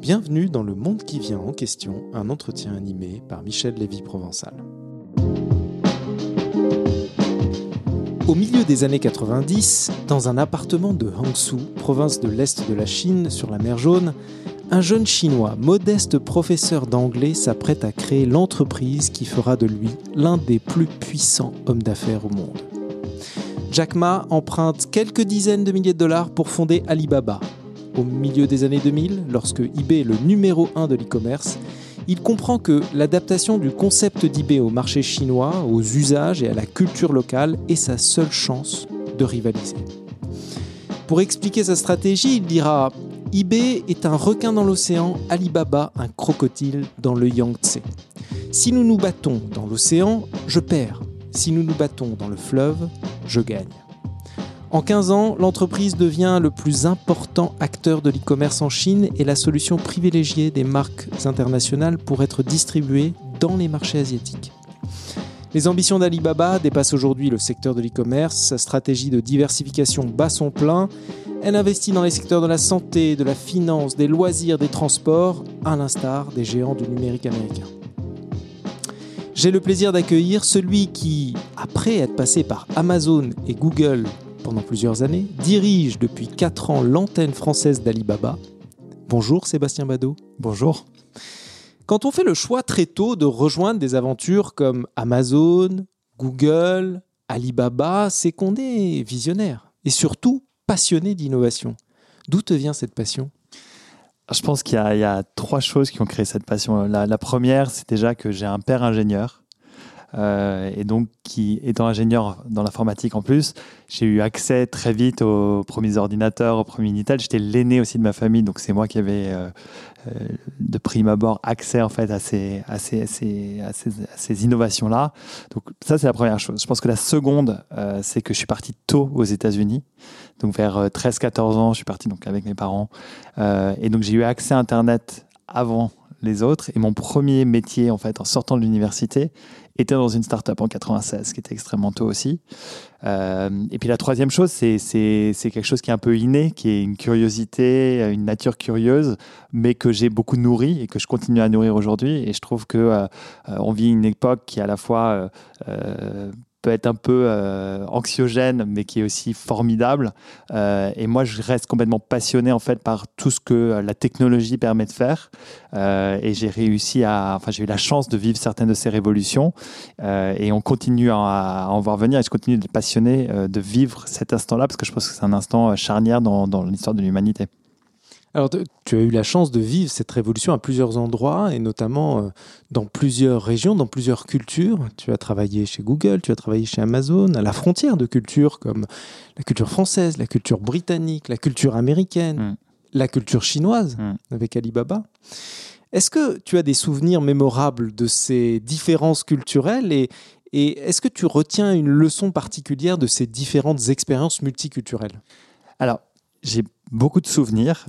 Bienvenue dans Le Monde qui vient en question, un entretien animé par Michel Lévy-Provençal. Au milieu des années 90, dans un appartement de Hangzhou, province de l'Est de la Chine, sur la mer Jaune, un jeune Chinois, modeste professeur d'anglais, s'apprête à créer l'entreprise qui fera de lui l'un des plus puissants hommes d'affaires au monde. Jack Ma emprunte quelques dizaines de milliers de dollars pour fonder Alibaba. Au milieu des années 2000, lorsque eBay est le numéro 1 de l'e-commerce, il comprend que l'adaptation du concept d'eBay au marché chinois, aux usages et à la culture locale est sa seule chance de rivaliser. Pour expliquer sa stratégie, il dira « eBay est un requin dans l'océan, Alibaba un crocodile dans le Yangtze. Si nous nous battons dans l'océan, je perds. Si nous nous battons dans le fleuve, je gagne. » En 15 ans, l'entreprise devient le plus important acteur de l'e-commerce en Chine et la solution privilégiée des marques internationales pour être distribuées dans les marchés asiatiques. Les ambitions d'Alibaba dépassent aujourd'hui le secteur de l'e-commerce. Sa stratégie de diversification bat son plein. Elle investit dans les secteurs de la santé, de la finance, des loisirs, des transports, à l'instar des géants du numérique américain. J'ai le plaisir d'accueillir celui qui, après être passé par Amazon et Google pendant plusieurs années, dirige depuis 4 ans l'antenne française d'Alibaba. Bonjour Sébastien Badeau. Bonjour. Quand on fait le choix très tôt de rejoindre des aventures comme Amazon, Google, Alibaba, c'est qu'on est visionnaire et surtout passionné d'innovation. D'où te vient cette passion ? Je pense qu'il y a 3 choses qui ont créé cette passion. La première, c'est déjà que j'ai un père ingénieur. Et donc, qui étant ingénieur dans l'informatique en plus, j'ai eu accès très vite aux premiers ordinateurs, aux premiers Minitel. J'étais l'aîné aussi de ma famille, donc c'est moi qui avais de prime abord accès en fait à ces innovations-là. Donc ça, c'est la première chose. Je pense que la seconde, c'est que je suis parti tôt aux États-Unis. Donc vers 13-14 ans, je suis parti donc avec mes parents. Et donc j'ai eu accès à Internet avant les autres. Et mon premier métier, en fait, en sortant de l'université, était dans une start-up en 96, qui était extrêmement tôt aussi. Et puis la troisième chose, c'est quelque chose qui est un peu inné, qui est une curiosité, une nature curieuse, mais que j'ai beaucoup nourri et que je continue à nourrir aujourd'hui. Et je trouve que on vit une époque qui à la fois peut être un peu anxiogène, mais qui est aussi formidable. Et moi, je reste complètement passionné en fait par tout ce que la technologie permet de faire. Et j'ai eu la chance de vivre certaines de ces révolutions. Et on continue à en voir venir. Et je continue d'être passionné de vivre cet instant-là, parce que je pense que c'est un instant charnière dans l'histoire de l'humanité. Alors, tu as eu la chance de vivre cette révolution à plusieurs endroits et notamment dans plusieurs régions, dans plusieurs cultures. Tu as travaillé chez Google, tu as travaillé chez Amazon, à la frontière de cultures comme la culture française, la culture britannique, la culture américaine, la culture chinoise avec Alibaba. Est-ce que tu as des souvenirs mémorables de ces différences culturelles et est-ce que tu retiens une leçon particulière de ces différentes expériences multiculturelles ? Alors, j'ai beaucoup de souvenirs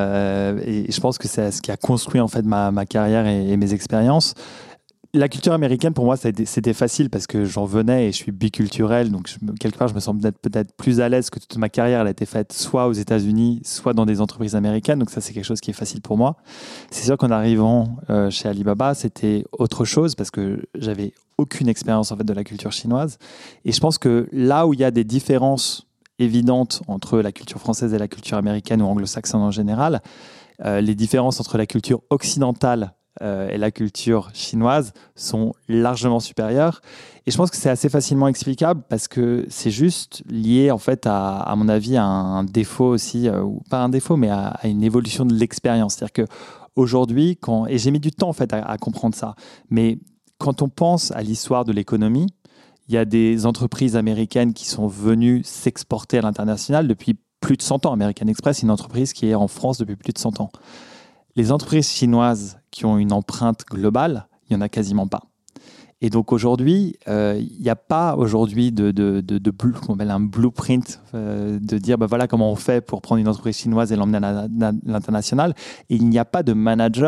et je pense que c'est ce qui a construit en fait ma carrière et mes expériences. La culture américaine, pour moi, c'était facile parce que j'en venais et je suis biculturel. Donc, quelque part, je me sens peut-être plus à l'aise que toute ma carrière. Elle a été faite soit aux États-Unis, soit dans des entreprises américaines. Donc, ça, c'est quelque chose qui est facile pour moi. C'est sûr qu'en arrivant chez Alibaba, c'était autre chose parce que j'avais aucune expérience en fait de la culture chinoise. Et je pense que là où il y a des différences évidente entre la culture française et la culture américaine ou anglo-saxonne en général, les différences entre la culture occidentale et la culture chinoise sont largement supérieures. Et je pense que c'est assez facilement explicable parce que c'est juste lié, en fait, à mon avis, à un défaut aussi, ou pas un défaut, mais à une évolution de l'expérience. C'est-à-dire qu'aujourd'hui, et j'ai mis du temps, en fait, à comprendre ça, mais quand on pense à l'histoire de l'économie, il y a des entreprises américaines qui sont venues s'exporter à l'international depuis plus de 100 ans. American Express, c'est une entreprise qui est en France depuis plus de 100 ans. Les entreprises chinoises qui ont une empreinte globale, il n'y en a quasiment pas. Et donc aujourd'hui, il n'y a pas aujourd'hui qu'on appelle un blueprint, de dire voilà comment on fait pour prendre une entreprise chinoise et l'emmener à l'international. Et il n'y a pas de manager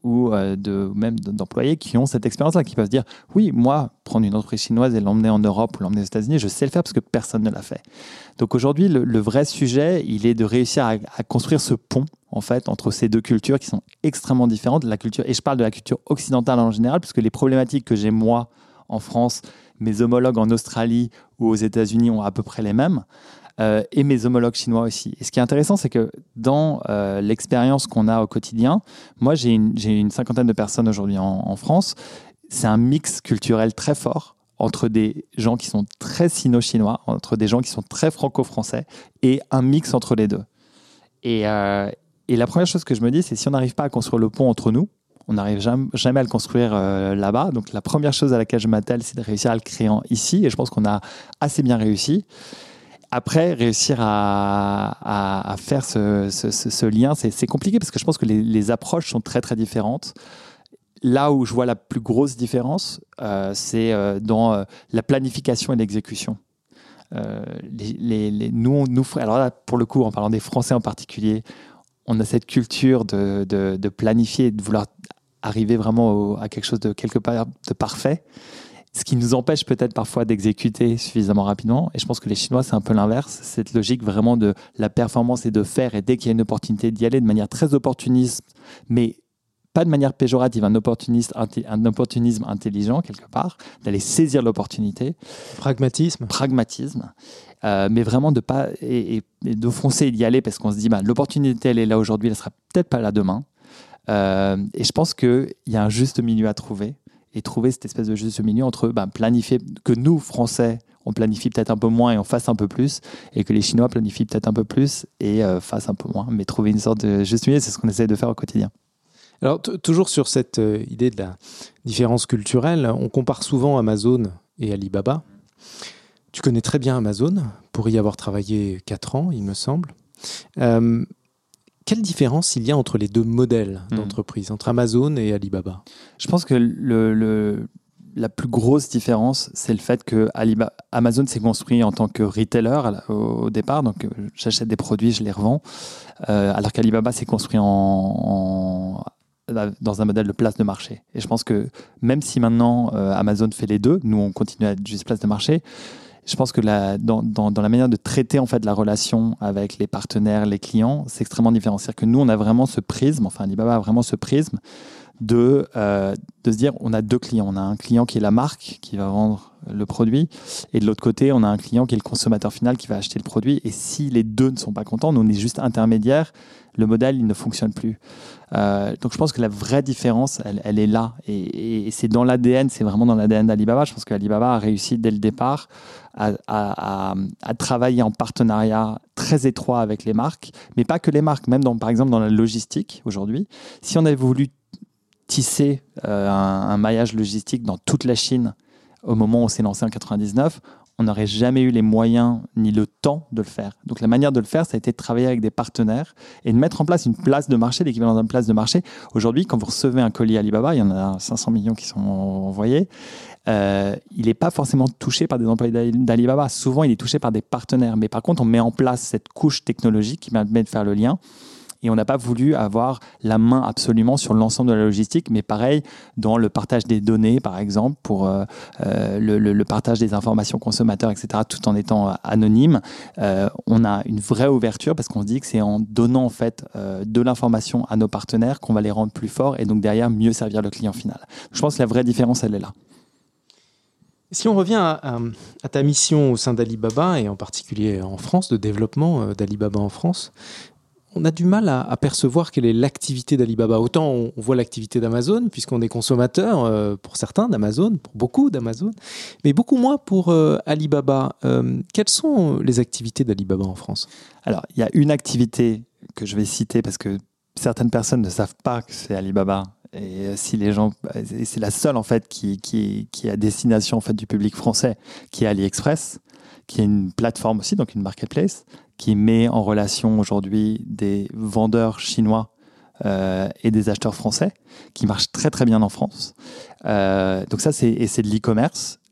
ou même d'employés qui ont cette expérience-là, qui peuvent se dire oui, moi, prendre une entreprise chinoise et l'emmener en Europe ou l'emmener aux États-Unis, je sais le faire parce que personne ne l'a fait. Donc aujourd'hui, le vrai sujet, il est de réussir à construire ce pont en fait entre ces deux cultures qui sont extrêmement différentes. La culture, et je parle de la culture occidentale en général, parce que les problématiques que j'ai moi en France, mes homologues en Australie ou aux États-Unis ont à peu près les mêmes. Et mes homologues chinois aussi. Et ce qui est intéressant, c'est que dans l'expérience qu'on a au quotidien, moi j'ai une cinquantaine de personnes aujourd'hui en France, c'est un mix culturel très fort entre des gens qui sont très sino-chinois, entre des gens qui sont très franco-français, et un mix entre les deux. Et la première chose que je me dis, c'est si on n'arrive pas à construire le pont entre nous, on n'arrive jamais à le construire là-bas. Donc la première chose à laquelle je m'attelle, c'est de réussir à le créer ici, et je pense qu'on a assez bien réussi. Après, réussir à faire ce lien, c'est compliqué parce que je pense que les approches sont très, très différentes. Là où je vois la plus grosse différence, c'est dans la planification et l'exécution. Alors là, pour le coup, en parlant des Français en particulier, on a cette culture de planifier, de vouloir arriver vraiment à quelque chose de quelque part de parfait. Ce qui nous empêche peut-être parfois d'exécuter suffisamment rapidement. Et je pense que les Chinois, c'est un peu l'inverse. Cette logique vraiment de la performance et de faire. Et dès qu'il y a une opportunité d'y aller de manière très opportuniste, mais pas de manière péjorative, un opportunisme intelligent quelque part, d'aller saisir l'opportunité. Pragmatisme. Mais vraiment de pas et de foncer et d'y aller parce qu'on se dit l'opportunité, elle est là aujourd'hui, elle sera peut-être pas là demain. Et je pense qu'il y a un juste milieu à trouver. Et trouver cette espèce de juste milieu entre planifier, que nous, Français, on planifie peut-être un peu moins et on fasse un peu plus, et que les Chinois planifient peut-être un peu plus et fassent un peu moins. Mais trouver une sorte de juste milieu, c'est ce qu'on essaie de faire au quotidien. Alors, toujours sur cette idée de la différence culturelle, on compare souvent Amazon et Alibaba. Tu connais très bien Amazon, pour y avoir travaillé 4 ans, il me semble. Quelle différence il y a entre les deux modèles d'entreprise, entre Amazon et Alibaba ? Je pense que la plus grosse différence, c'est le fait que Amazon s'est construit en tant que retailer au départ. Donc, j'achète des produits, je les revends. Alors qu'Alibaba s'est construit dans un modèle de place de marché. Et je pense que même si maintenant Amazon fait les deux, nous, on continue à être juste place de marché. Je pense que dans la manière de traiter en fait la relation avec les partenaires, les clients, c'est extrêmement différent. C'est-à-dire que nous, on a vraiment ce prisme, enfin Alibaba a vraiment ce prisme de se dire on a deux clients. On a un client qui est la marque qui va vendre le produit et de l'autre côté, on a un client qui est le consommateur final qui va acheter le produit. Et si les deux ne sont pas contents, nous, on est juste intermédiaire, le modèle, il ne fonctionne plus. Donc je pense que la vraie différence, elle est là. Et c'est dans l'ADN, c'est vraiment dans l'ADN d'Alibaba. Je pense qu'Alibaba a réussi dès le départ à travailler en partenariat très étroit avec les marques, mais pas que les marques, même par exemple dans la logistique aujourd'hui. Si on avait voulu tisser un maillage logistique dans toute la Chine au moment où on s'est lancé en 99, on n'aurait jamais eu les moyens ni le temps de le faire. Donc la manière de le faire, ça a été de travailler avec des partenaires et de mettre en place une place de marché, l'équivalent d'une place de marché. Aujourd'hui, quand vous recevez un colis Alibaba, il y en a 500 millions qui sont envoyés, il n'est pas forcément touché par des employés d'Alibaba. Souvent, il est touché par des partenaires. Mais par contre, on met en place cette couche technologique qui permet de faire le lien. Et on n'a pas voulu avoir la main absolument sur l'ensemble de la logistique, mais pareil, dans le partage des données, par exemple, pour le partage des informations consommateurs, etc., tout en étant anonyme, on a une vraie ouverture parce qu'on se dit que c'est en donnant en fait, de l'information à nos partenaires qu'on va les rendre plus forts et donc derrière mieux servir le client final. Je pense que la vraie différence, elle est là. Si on revient à ta mission au sein d'Alibaba, et en particulier en France, de développement d'Alibaba en France, on a du mal à percevoir quelle est l'activité d'Alibaba. Autant on voit l'activité d'Amazon, puisqu'on est consommateur pour certains d'Amazon, pour beaucoup d'Amazon, mais beaucoup moins pour Alibaba. Quelles sont les activités d'Alibaba en France ? Alors, il y a une activité que je vais citer parce que certaines personnes ne savent pas que c'est Alibaba. Et si les gens, c'est la seule en fait qui est à destination en fait du public français, qui est AliExpress, qui est une plateforme aussi, donc une marketplace, qui met en relation aujourd'hui des vendeurs chinois et des acheteurs français, qui marche très très bien en France. Donc ça, c'est de l'e-commerce.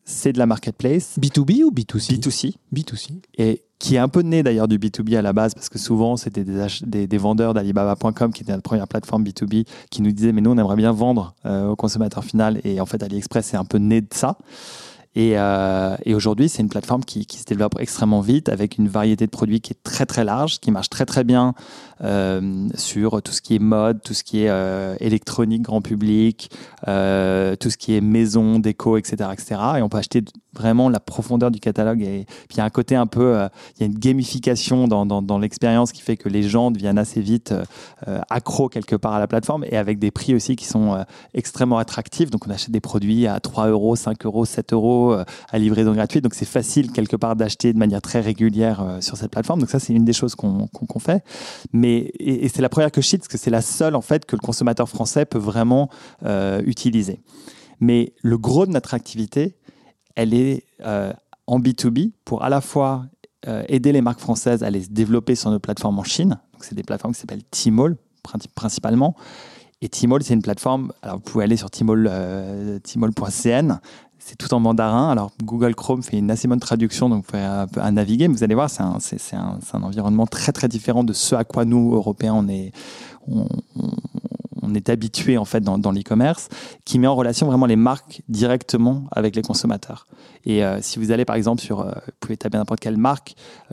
c'est de la marketplace. B2B ou B2C? B2C. B2C. Et qui est un peu né d'ailleurs du B2B à la base, parce que souvent c'était des vendeurs d'Alibaba.com, qui était notre première plateforme B2B, qui nous disaient mais nous on aimerait bien vendre au consommateur final, et en fait AliExpress est un peu né de ça. Et aujourd'hui, c'est une plateforme qui se développe extrêmement vite, avec une variété de produits qui est très très large, qui marche très très bien sur tout ce qui est mode, tout ce qui est électronique grand public, tout ce qui est maison, déco, etc., etc. Et on peut acheter vraiment la profondeur du catalogue. Et puis il y a un côté un peu, il y a une gamification dans l'expérience qui fait que les gens deviennent assez vite accros quelque part à la plateforme, et avec des prix aussi qui sont extrêmement attractifs. Donc on achète des produits à 3 euros, 5 euros, 7 euros à livraison gratuite. Donc c'est facile quelque part d'acheter de manière très régulière sur cette plateforme. Donc ça, c'est une des choses qu'on fait. Et c'est la première que je cite, parce que c'est la seule en fait que le consommateur français peut vraiment utiliser. Mais le gros de notre activité, elle est en B2B, pour à la fois aider les marques françaises à aller se développer sur nos plateformes en Chine. Donc c'est des plateformes qui s'appellent Tmall principalement. Et Tmall, c'est une plateforme, alors vous pouvez aller sur tmall.cn, c'est tout en mandarin. Alors Google Chrome fait une assez bonne traduction, donc vous pouvez à naviguer, mais vous allez voir, c'est un environnement très très différent de ce à quoi nous, Européens, on est habitué en fait dans l'e-commerce, qui met en relation vraiment les marques directement avec les consommateurs. Et si vous allez par exemple sur, vous pouvez taper n'importe quelle marque,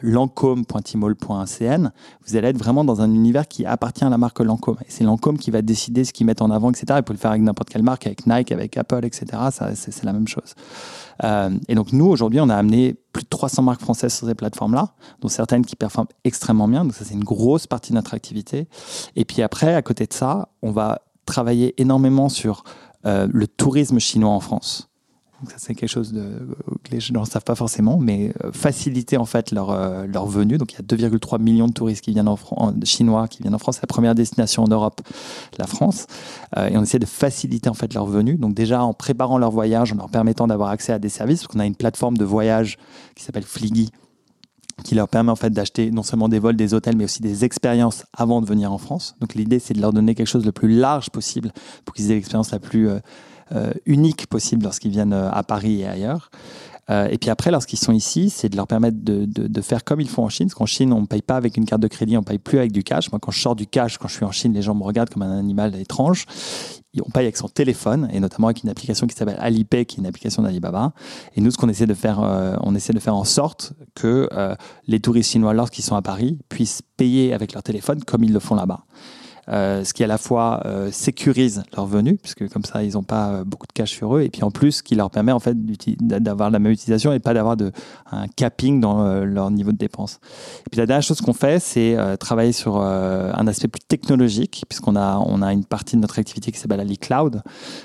lancôme.tmall.cn, vous allez être vraiment dans un univers qui appartient à la marque Lancôme. Et c'est Lancôme qui va décider ce qu'ils mettent en avant, etc. Vous pouvez le faire avec n'importe quelle marque, avec Nike, avec Apple, etc. C'est la même chose. Et donc nous, aujourd'hui, on a amené plus de 300 marques françaises sur ces plateformes-là, dont certaines qui performent extrêmement bien. Donc ça, c'est une grosse partie de notre activité. Et puis après, à côté de ça, on va travailler énormément sur le tourisme chinois en France. Donc ça, c'est quelque chose que les gens ne savent pas forcément, mais faciliter en fait leur venue. Donc il y a 2,3 millions de touristes qui viennent chinois qui viennent en France. C'est la première destination en Europe, la France. Et on essaie de faciliter en fait leur venue. Donc déjà en préparant leur voyage, en leur permettant d'avoir accès à des services, parce qu'on a une plateforme de voyage qui s'appelle Fliggy, qui leur permet en fait d'acheter non seulement des vols, des hôtels, mais aussi des expériences avant de venir en France. Donc l'idée, c'est de leur donner quelque chose le plus large possible pour qu'ils aient l'expérience la plus unique possible lorsqu'ils viennent à Paris et ailleurs. Et puis après, lorsqu'ils sont ici, c'est de leur permettre de faire comme ils font en Chine, parce qu'en Chine, on ne paye pas avec une carte de crédit, on ne paye plus avec du cash. Moi, quand je sors du cash, quand je suis en Chine, les gens me regardent comme un animal étrange. On paye avec son téléphone, et notamment avec une application qui s'appelle Alipay, qui est une application d'Alibaba. Et nous, ce qu'on essaie de faire, on essaie de faire en sorte que les touristes chinois, lorsqu'ils sont à Paris, puissent payer avec leur téléphone comme ils le font là-bas. Ce qui à la fois sécurise leur venue, puisque comme ça ils n'ont pas beaucoup de cash sur eux, et puis en plus qui leur permet en fait d'avoir la même utilisation et pas d'avoir un capping dans leur niveau de dépense. Et puis la dernière chose qu'on fait, c'est travailler sur un aspect plus technologique, puisqu'on a une partie de notre activité qui s'appelle AliCloud,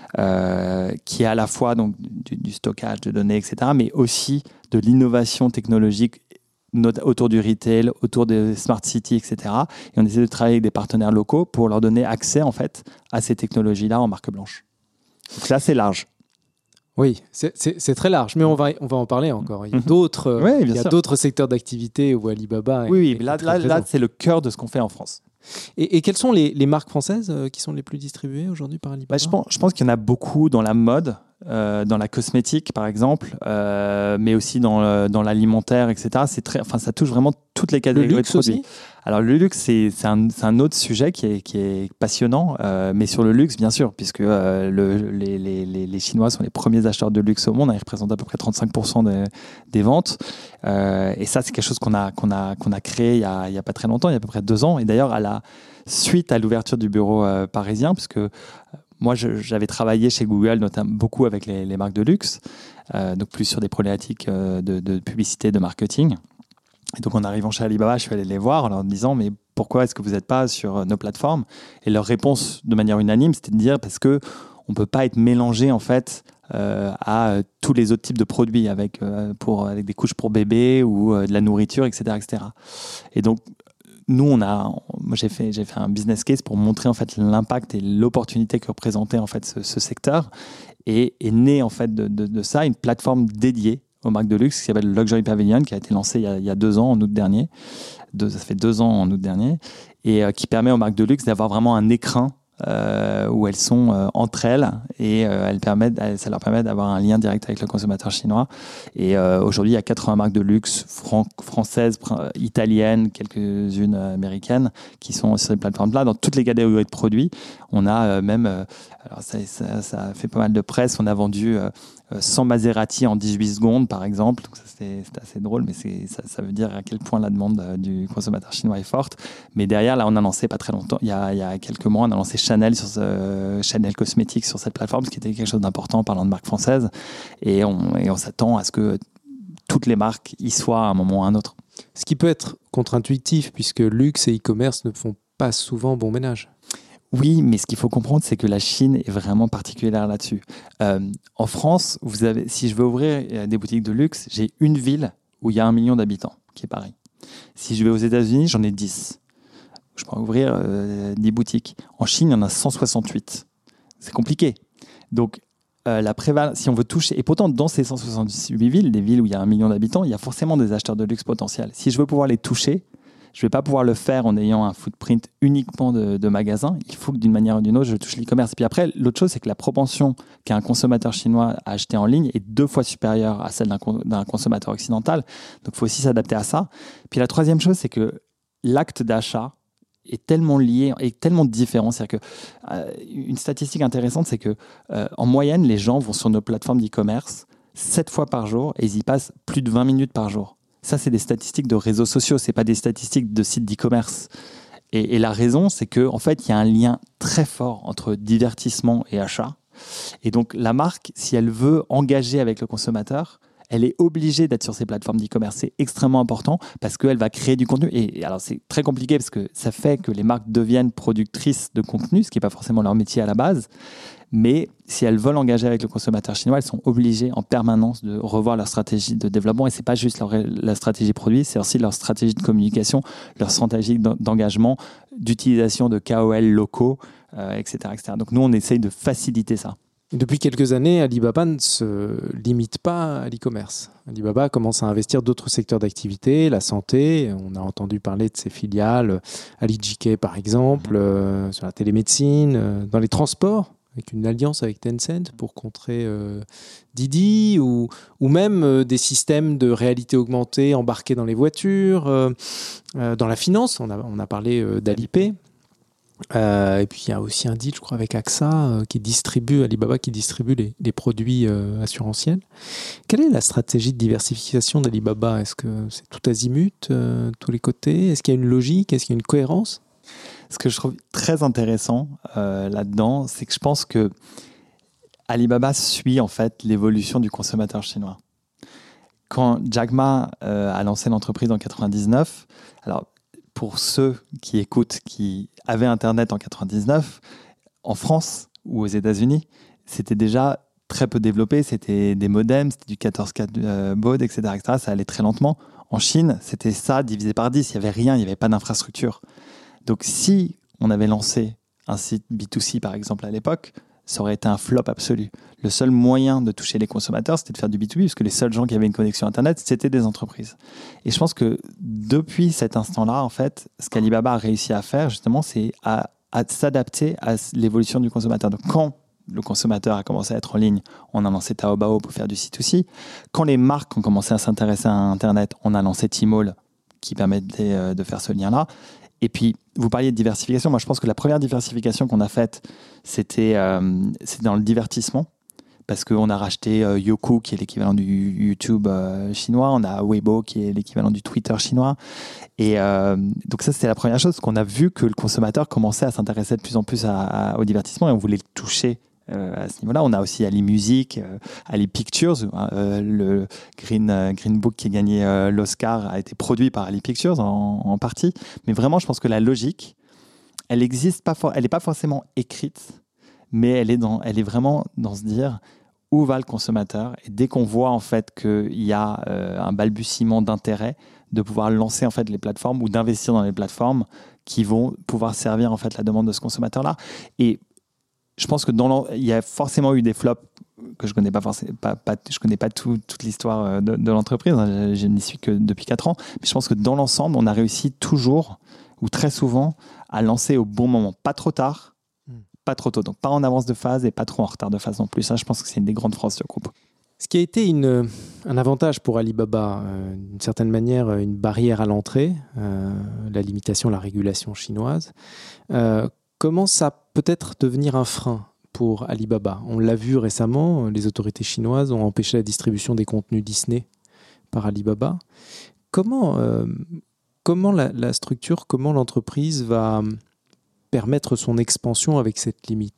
qui est à la fois donc du stockage de données, etc., mais aussi de l'innovation technologique autour du retail, autour des smart cities, etc. Et on essaie de travailler avec des partenaires locaux pour leur donner accès en fait à ces technologies-là en marque blanche. Donc là, c'est large. Oui, c'est très large, mais on va en parler encore. Il y a d'autres secteurs d'activité où Alibaba est là, c'est le cœur de ce qu'on fait en France. Et quelles sont les marques françaises qui sont les plus distribuées aujourd'hui par Alibaba ? Je pense qu'il y en a beaucoup dans la mode, dans la cosmétique par exemple, mais aussi dans l'alimentaire, etc. Ça touche vraiment toutes les catégories de produits. Aussi. Alors le luxe, c'est un autre sujet qui est passionnant, mais sur le luxe, bien sûr, puisque les Chinois sont les premiers acheteurs de luxe au monde, ils représentent à peu près 35% des ventes, et ça c'est quelque chose qu'on a créé il y a pas très longtemps, il y a à peu près 2 ans, et d'ailleurs suite à l'ouverture du bureau parisien, puisque moi j'avais travaillé chez Google notamment beaucoup avec les marques de luxe, donc plus sur des problématiques de publicité, de marketing. Et donc en arrivant chez Alibaba, je suis allé les voir en leur disant mais pourquoi est-ce que vous n'êtes pas sur nos plateformes ? Et leur réponse de manière unanime, c'était de dire parce que on peut pas être mélangé en fait à tous les autres types de produits avec des couches pour bébé ou de la nourriture, etc., etc. Et donc nous, moi j'ai fait un business case pour montrer en fait l'impact et l'opportunité que représentait en fait ce secteur, et est né en fait de ça une plateforme dédiée aux marques de luxe qui s'appelle Luxury Pavilion, qui a été lancée il y a 2 ans en août dernier. Ça fait 2 ans en août dernier, et qui permet aux marques de luxe d'avoir vraiment un écrin où elles sont entre elles et ça leur permet d'avoir un lien direct avec le consommateur chinois. Et aujourd'hui, il y a 80 marques de luxe françaises, italiennes, quelques-unes américaines qui sont sur ces plateformes-là. Dans toutes les catégories de produits, on a alors ça fait pas mal de presse, on a vendu 100 Maserati en 18 secondes, par exemple. Donc ça, c'était assez drôle, mais ça veut dire à quel point la demande du consommateur chinois est forte. Mais derrière, là, on a lancé pas très longtemps, il y a quelques mois, on a lancé Chanel Cosmetics sur cette plateforme, ce qui était quelque chose d'important en parlant de marque française. Et on s'attend à ce que toutes les marques y soient à un moment ou à un autre. Ce qui peut être contre-intuitif, puisque luxe et e-commerce ne font pas souvent bon ménage. Oui, mais ce qu'il faut comprendre, c'est que la Chine est vraiment particulière là-dessus. En France, si je veux ouvrir des boutiques de luxe, j'ai une ville où il y a 1 million d'habitants, qui est Paris. Si je vais aux États-Unis, j'en ai 10. Je peux ouvrir 10 boutiques. En Chine, il y en a 168. C'est compliqué. Donc, si on veut toucher... Et pourtant, dans ces 168 villes, des villes où il y a 1 million d'habitants, il y a forcément des acheteurs de luxe potentiels. Si je veux pouvoir les toucher, je ne vais pas pouvoir le faire en ayant un footprint uniquement de magasins. Il faut que d'une manière ou d'une autre, je touche l'e-commerce. Et puis après, l'autre chose, c'est que la propension qu'a un consommateur chinois à acheter en ligne est 2 fois supérieure à celle d'un consommateur occidental. Donc, il faut aussi s'adapter à ça. Puis la troisième chose, c'est que l'acte d'achat est tellement lié et tellement différent. C'est-à-dire une statistique intéressante, c'est que en moyenne, les gens vont sur nos plateformes d'e-commerce 7 fois par jour et ils y passent plus de 20 minutes par jour. Ça, c'est des statistiques de réseaux sociaux, ce n'est pas des statistiques de sites d'e-commerce. Et la raison, c'est qu'en fait, il y a un lien très fort entre divertissement et achat. Et donc, la marque, si elle veut engager avec le consommateur, elle est obligée d'être sur ces plateformes d'e-commerce. C'est extrêmement important parce qu'elle va créer du contenu. Et alors, c'est très compliqué parce que ça fait que les marques deviennent productrices de contenu, ce qui n'est pas forcément leur métier à la base. Mais si elles veulent engager avec le consommateur chinois, elles sont obligées en permanence de revoir leur stratégie de développement. Et ce n'est pas juste la stratégie produit, c'est aussi leur stratégie de communication, leur stratégie d'engagement, d'utilisation de KOL locaux, etc., etc. Donc nous, on essaye de faciliter ça. Depuis quelques années, Alibaba ne se limite pas à l'e-commerce. Alibaba commence à investir d'autres secteurs d'activité, la santé. On a entendu parler de ses filiales, AliJK par exemple, sur la télémédecine, dans les transports, avec une alliance avec Tencent pour contrer Didi, ou même des systèmes de réalité augmentée embarqués dans les voitures, dans la finance. On a parlé d'Alipay. Et puis il y a aussi un deal, je crois, avec AXA Alibaba qui distribue les produits assurantiels. Quelle est la stratégie de diversification d'Alibaba ? Est-ce que c'est tout azimut, tous les côtés ? Est-ce qu'il y a une logique ? Est-ce qu'il y a une cohérence ? Ce que je trouve très intéressant là-dedans, c'est que je pense que Alibaba suit en fait l'évolution du consommateur chinois. Quand Jack Ma a lancé l'entreprise en 99, alors pour ceux qui écoutent, qui avaient Internet en 99, en France ou aux États-Unis, c'était déjà très peu développé. C'était des modems, c'était du 14K baud, etc., etc. Ça allait très lentement. En Chine, c'était ça divisé par 10. Il n'y avait rien, il n'y avait pas d'infrastructure. Donc, si on avait lancé un site B2C, par exemple, à l'époque, ça aurait été un flop absolu. Le seul moyen de toucher les consommateurs, c'était de faire du B2B, parce que les seuls gens qui avaient une connexion Internet, c'était des entreprises. Et je pense que depuis cet instant-là, en fait, ce qu'Alibaba a réussi à faire, justement, c'est à s'adapter à l'évolution du consommateur. Donc, quand le consommateur a commencé à être en ligne, on a lancé Taobao pour faire du C2C. Quand les marques ont commencé à s'intéresser à Internet, on a lancé Tmall, qui permettait de faire ce lien-là. Et puis, vous parliez de diversification. Moi, je pense que la première diversification qu'on a faite, c'était dans le divertissement. Parce qu'on a racheté Youku, qui est l'équivalent du YouTube chinois. On a Weibo, qui est l'équivalent du Twitter chinois. Et donc ça, c'était la première chose, qu'on a vu que le consommateur commençait à s'intéresser de plus en plus au divertissement et on voulait le toucher à ce niveau-là. On a aussi Ali Music, Ali Pictures. Le Green Book qui a gagné l'Oscar a été produit par Ali Pictures en partie. Mais vraiment, je pense que la logique, elle existe pas, elle n'est pas forcément écrite, mais elle est vraiment dans se dire où va le consommateur. Et dès qu'on voit en fait qu'il y a un balbutiement d'intérêt, de pouvoir lancer en fait les plateformes ou d'investir dans les plateformes qui vont pouvoir servir en fait la demande de ce consommateur-là. Et je pense que il y a forcément eu des flops que je connais pas forcément, je connais pas toute l'histoire de l'entreprise. Je n'y suis que depuis 4 ans. Mais je pense que dans l'ensemble, on a réussi toujours ou très souvent à lancer au bon moment, pas trop tard, pas trop tôt. Donc pas en avance de phase et pas trop en retard de phase non plus. Ça, je pense que c'est une des grandes forces du groupe. Ce qui a été un avantage pour Alibaba, d'une certaine manière une barrière à l'entrée, la limitation, la régulation chinoise, commence à peut-être devenir un frein pour Alibaba. On l'a vu récemment, les autorités chinoises ont empêché la distribution des contenus Disney par Alibaba. Comment la structure, comment l'entreprise va permettre son expansion avec cette limite-là ?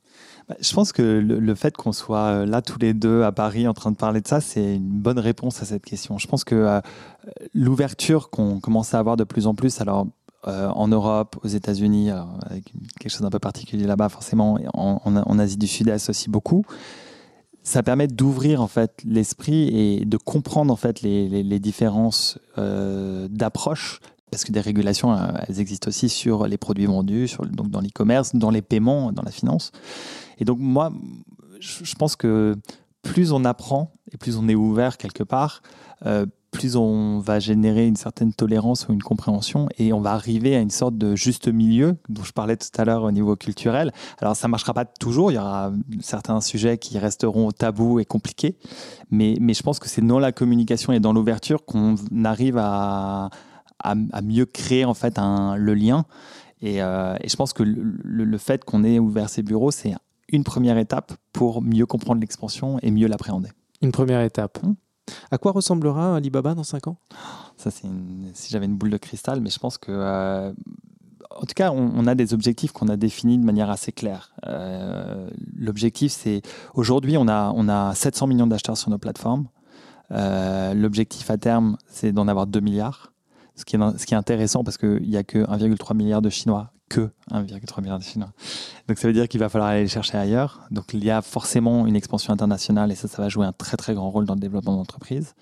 Je pense que le fait qu'on soit là tous les deux à Paris en train de parler de ça, c'est une bonne réponse à cette question. Je pense que l'ouverture qu'on commence à avoir de plus en plus, alors en Europe, aux États-Unis, avec quelque chose d'un peu particulier là-bas forcément, et en Asie du Sud-Est aussi beaucoup, ça permet d'ouvrir en fait l'esprit et de comprendre en fait les différences d'approche. Parce que des régulations, elles existent aussi sur les produits vendus, donc dans l'e-commerce, dans les paiements, dans la finance. Et donc moi, je pense que plus on apprend et plus on est ouvert quelque part, plus on va générer une certaine tolérance ou une compréhension et on va arriver à une sorte de juste milieu dont je parlais tout à l'heure au niveau culturel. Alors ça ne marchera pas toujours, il y aura certains sujets qui resteront tabous et compliqués, mais je pense que c'est dans la communication et dans l'ouverture qu'on arrive à mieux créer en fait le lien. Et je pense que le fait qu'on ait ouvert ces bureaux, c'est une première étape pour mieux comprendre l'expansion et mieux l'appréhender. Une première étape. À quoi ressemblera Alibaba dans 5 ans ? Ça, si j'avais une boule de cristal, mais je pense que... en tout cas, on a des objectifs qu'on a définis de manière assez claire. L'objectif, c'est... Aujourd'hui, on a 700 millions d'acheteurs sur nos plateformes. L'objectif à terme, c'est d'en avoir 2 milliards. Ce qui est intéressant parce qu'il n'y a que 1,3 milliard de Chinois. Que 1,3 milliard de Chinois. Donc ça veut dire qu'il va falloir aller les chercher ailleurs. Donc il y a forcément une expansion internationale et ça va jouer un très très grand rôle dans le développement de l'entreprise.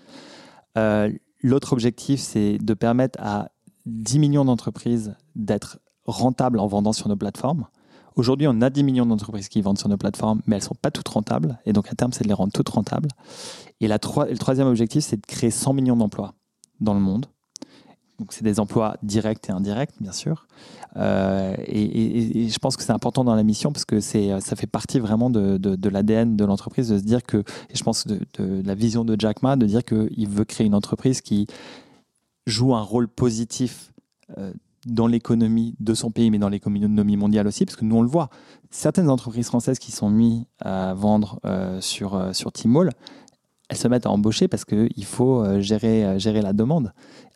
L'autre objectif, c'est de permettre à 10 millions d'entreprises d'être rentables en vendant sur nos plateformes. Aujourd'hui, on a 10 millions d'entreprises qui vendent sur nos plateformes, mais elles ne sont pas toutes rentables. Et donc à terme, c'est de les rendre toutes rentables. Et le troisième objectif, c'est de créer 100 millions d'emplois dans le monde. Donc, c'est des emplois directs et indirects, bien sûr. Et je pense que c'est important dans la mission parce que ça fait partie vraiment de l'ADN de l'entreprise de se dire que, et je pense de la vision de Jack Ma, de dire qu'il veut créer une entreprise qui joue un rôle positif dans l'économie de son pays, mais dans l'économie mondiale aussi, parce que nous, on le voit. Certaines entreprises françaises qui sont mises à vendre sur Tmall, elles se mettent à embaucher parce qu'il faut gérer la demande.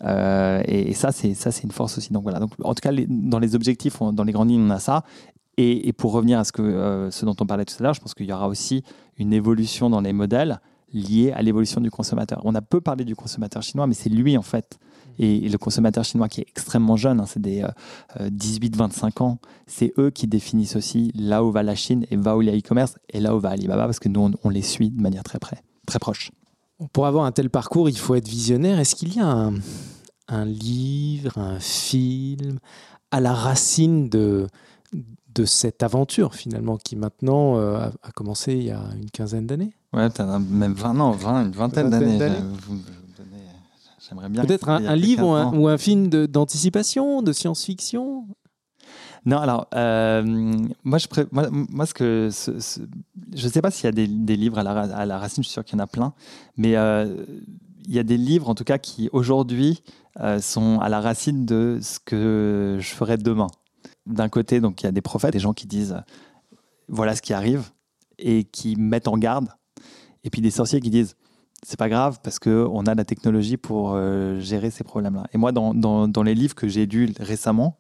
Et ça, c'est une force aussi. Donc, voilà. Donc, en tout cas, dans les objectifs, dans les grandes lignes, on a ça. Et pour revenir à ce dont on parlait tout à l'heure, je pense qu'il y aura aussi une évolution dans les modèles liée à l'évolution du consommateur. On a peu parlé du consommateur chinois, mais c'est lui, en fait. Et le consommateur chinois qui est extrêmement jeune, c'est des 18-25 ans, c'est eux qui définissent aussi là où va la Chine et là où il y a e-commerce et là où va Alibaba, parce que nous, on les suit de manière très proche. Pour avoir un tel parcours, il faut être visionnaire. Est-ce qu'il y a un livre, un film à la racine de cette aventure finalement qui maintenant a commencé il y a une quinzaine d'années ? Ouais, même une vingtaine d'années. J'aimerais bien. Peut-être un livre ou un film d'anticipation, de science-fiction ? Non, alors, moi, je ne sais pas s'il y a des livres à la racine, je suis sûr qu'il y en a plein, mais il y a des livres, en tout cas, qui, aujourd'hui, sont à la racine de ce que je ferai demain. D'un côté, donc, il y a des prophètes, des gens qui disent « voilà ce qui arrive » et qui mettent en garde, et puis des sorciers qui disent c'est pas grave parce qu'on a la technologie pour gérer ces problèmes-là. Et moi, dans les livres que j'ai lus récemment,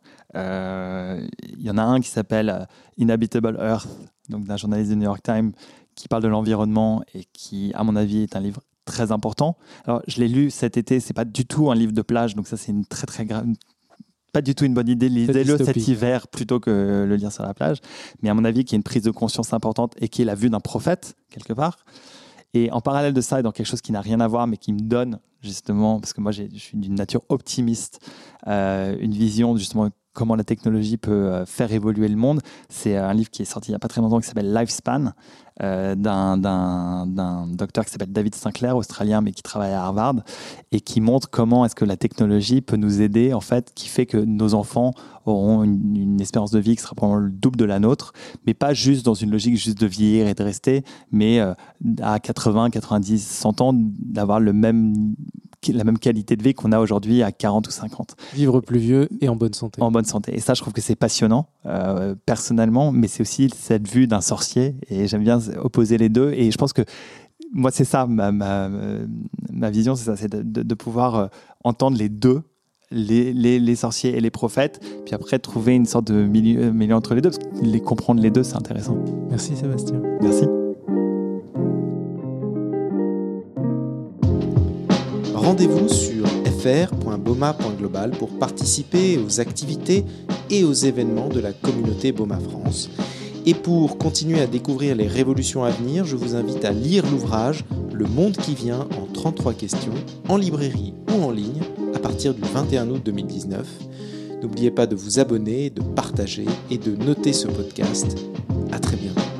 il y en a un qui s'appelle Inhabitable Earth, donc d'un journaliste du New York Times qui parle de l'environnement et qui, à mon avis, est un livre très important. Alors, je l'ai lu cet été, c'est pas du tout un livre de plage, donc ça, c'est une très, très grave... Pas du tout une bonne idée, lisez-le cet hiver plutôt que le lire sur la plage. Mais à mon avis, qui est une prise de conscience importante et qui est la vue d'un prophète, quelque part. Et en parallèle de ça, et dans quelque chose qui n'a rien à voir, mais qui me donne, justement, parce que moi, je suis d'une nature optimiste, une vision, justement, comment la technologie peut faire évoluer le monde. C'est un livre qui est sorti il n'y a pas très longtemps qui s'appelle Lifespan, d'un docteur qui s'appelle David Sinclair, australien, mais qui travaille à Harvard, et qui montre comment est-ce que la technologie peut nous aider, en fait, qui fait que nos enfants auront une espérance de vie qui sera probablement le double de la nôtre, mais pas juste dans une logique juste de vieillir et de rester, mais à 80, 90, 100 ans, d'avoir la même qualité de vie qu'on a aujourd'hui à 40 ou 50. Vivre plus vieux et en bonne santé. En bonne santé. Et ça, je trouve que c'est passionnant, personnellement, mais c'est aussi cette vue d'un sorcier, et j'aime bien opposer les deux. Et je pense que moi, c'est ça, ma vision, c'est ça, c'est de pouvoir entendre les deux, les sorciers et les prophètes, puis après trouver une sorte de milieu entre les deux, parce que les comprendre les deux, c'est intéressant. Merci Sébastien. Merci. Rendez-vous sur fr.boma.global pour participer aux activités et aux événements de la communauté Boma France. Et pour continuer à découvrir les révolutions à venir, je vous invite à lire l'ouvrage « Le monde qui vient en 33 questions » en librairie ou en ligne à partir du 21 août 2019. N'oubliez pas de vous abonner, de partager et de noter ce podcast. À très bientôt.